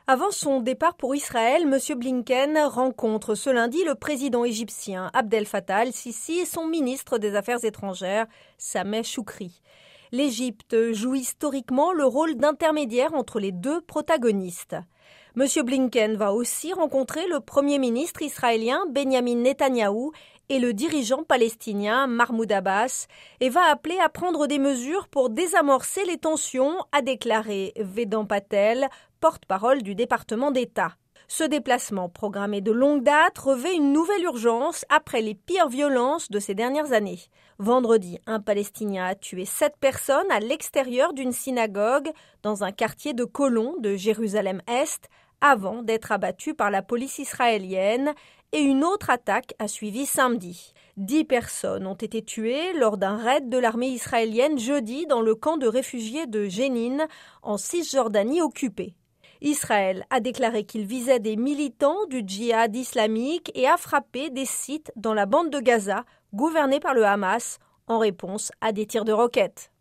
Avant son départ pour Israël, M. Blinken rencontre ce lundi le président égyptien Abdel Fattah el-Sisi et son ministre des Affaires étrangères, Sameh Choukri. L'Égypte joue historiquement le rôle d'intermédiaire entre les deux protagonistes. M. Blinken va aussi rencontrer le Premier ministre israélien Benyamin Netanyahou et le dirigeant palestinien Mahmoud Abbas et va appeler à prendre des mesures pour désamorcer les tensions, a déclaré Vedant Patel, porte-parole du département d'État. Ce déplacement, programmé de longue date, revêt une nouvelle urgence après les pires violences de ces dernières années. Vendredi, un Palestinien a tué 7 personnes à l'extérieur d'une synagogue dans un quartier de colons de Jérusalem-Est avant d'être abattu par la police israélienne et une autre attaque a suivi samedi. 10 personnes ont été tuées lors d'un raid de l'armée israélienne jeudi dans le camp de réfugiés de Jénine en Cisjordanie occupée. Israël a déclaré qu'il visait des militants du djihad islamique et a frappé des sites dans la bande de Gaza, gouvernée par le Hamas, en réponse à des tirs de roquettes.